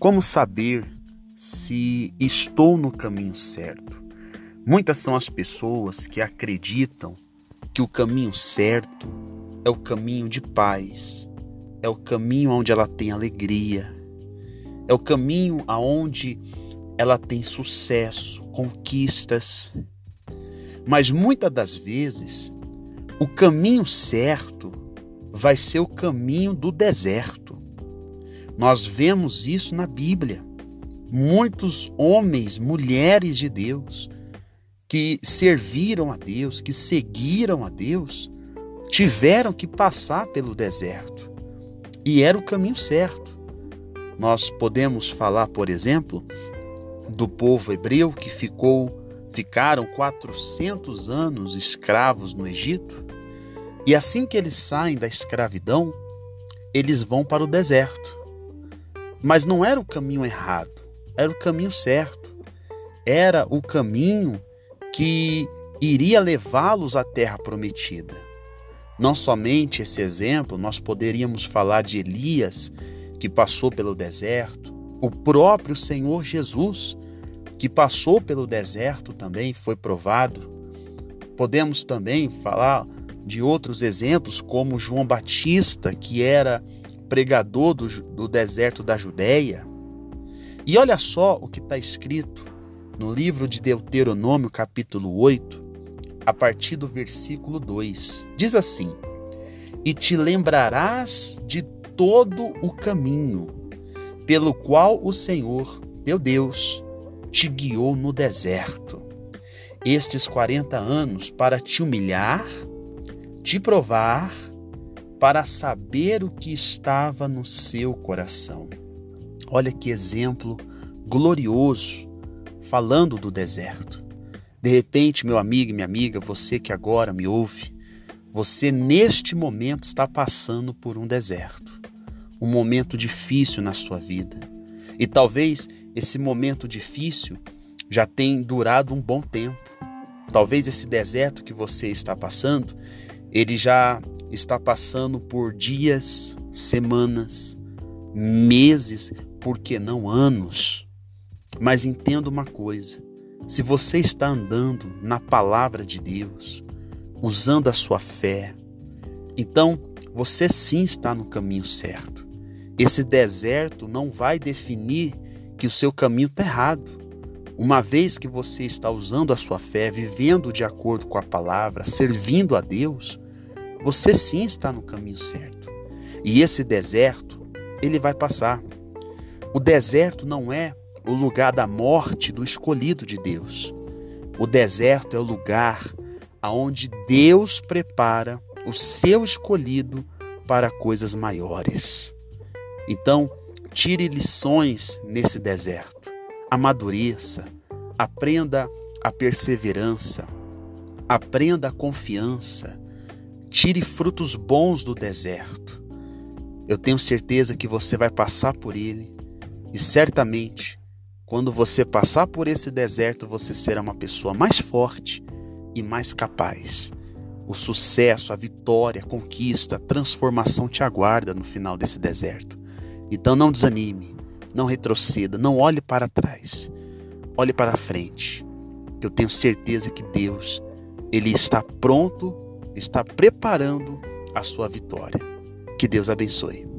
Como saber se estou no caminho certo? Muitas são as pessoas que acreditam que o caminho certo é o caminho de paz, é o caminho onde ela tem alegria, é o caminho aonde ela tem sucesso, conquistas. Mas muitas das vezes, o caminho certo vai ser o caminho do deserto. Nós vemos isso na Bíblia. Muitos homens, mulheres de Deus, que serviram a Deus, que seguiram a Deus, tiveram que passar pelo deserto. E era o caminho certo. Nós podemos falar, por exemplo, do povo hebreu que ficaram 400 anos escravos no Egito. E assim que eles saem da escravidão, eles vão para o deserto. Mas não era o caminho errado, era o caminho certo. Era o caminho que iria levá-los à terra prometida. Não somente esse exemplo, nós poderíamos falar de Elias, que passou pelo deserto, o próprio Senhor Jesus, que passou pelo deserto também, foi provado. Podemos também falar de outros exemplos, como João Batista, que era pregador do deserto da Judéia. E olha só o que está escrito no livro de Deuteronômio, capítulo 8, a partir do versículo 2. Diz assim: E te lembrarás de todo o caminho pelo qual o Senhor, teu Deus, te guiou no deserto, estes 40 anos, para te humilhar, te provar, para saber o que estava no seu coração. Olha que exemplo glorioso, falando do deserto. De repente, meu amigo e minha amiga, você que agora me ouve, você neste momento está passando por um deserto, um momento difícil na sua vida. E talvez esse momento difícil já tenha durado um bom tempo. Talvez esse deserto que você está passando, ele já está passando por dias, semanas, meses, por que não anos? Mas entenda uma coisa: se você está andando na palavra de Deus, usando a sua fé, então você sim está no caminho certo. Esse deserto não vai definir que o seu caminho está errado. Uma vez que você está usando a sua fé, vivendo de acordo com a palavra, servindo a Deus, você sim está no caminho certo. E esse deserto, ele vai passar. O deserto não é o lugar da morte do escolhido de Deus. O deserto é o lugar aonde Deus prepara o seu escolhido para coisas maiores. Então, tire lições nesse deserto. Amadureça, aprenda a perseverança, aprenda a confiança, tire frutos bons do deserto. Eu tenho certeza que você vai passar por ele e certamente, quando você passar por esse deserto, você será uma pessoa mais forte e mais capaz. O sucesso, a vitória, a conquista, a transformação te aguarda no final desse deserto. Então não desanime, não retroceda, não olhe para trás, olhe para frente. Eu tenho certeza que Deus, Ele está pronto, está preparando a sua vitória. Que Deus abençoe.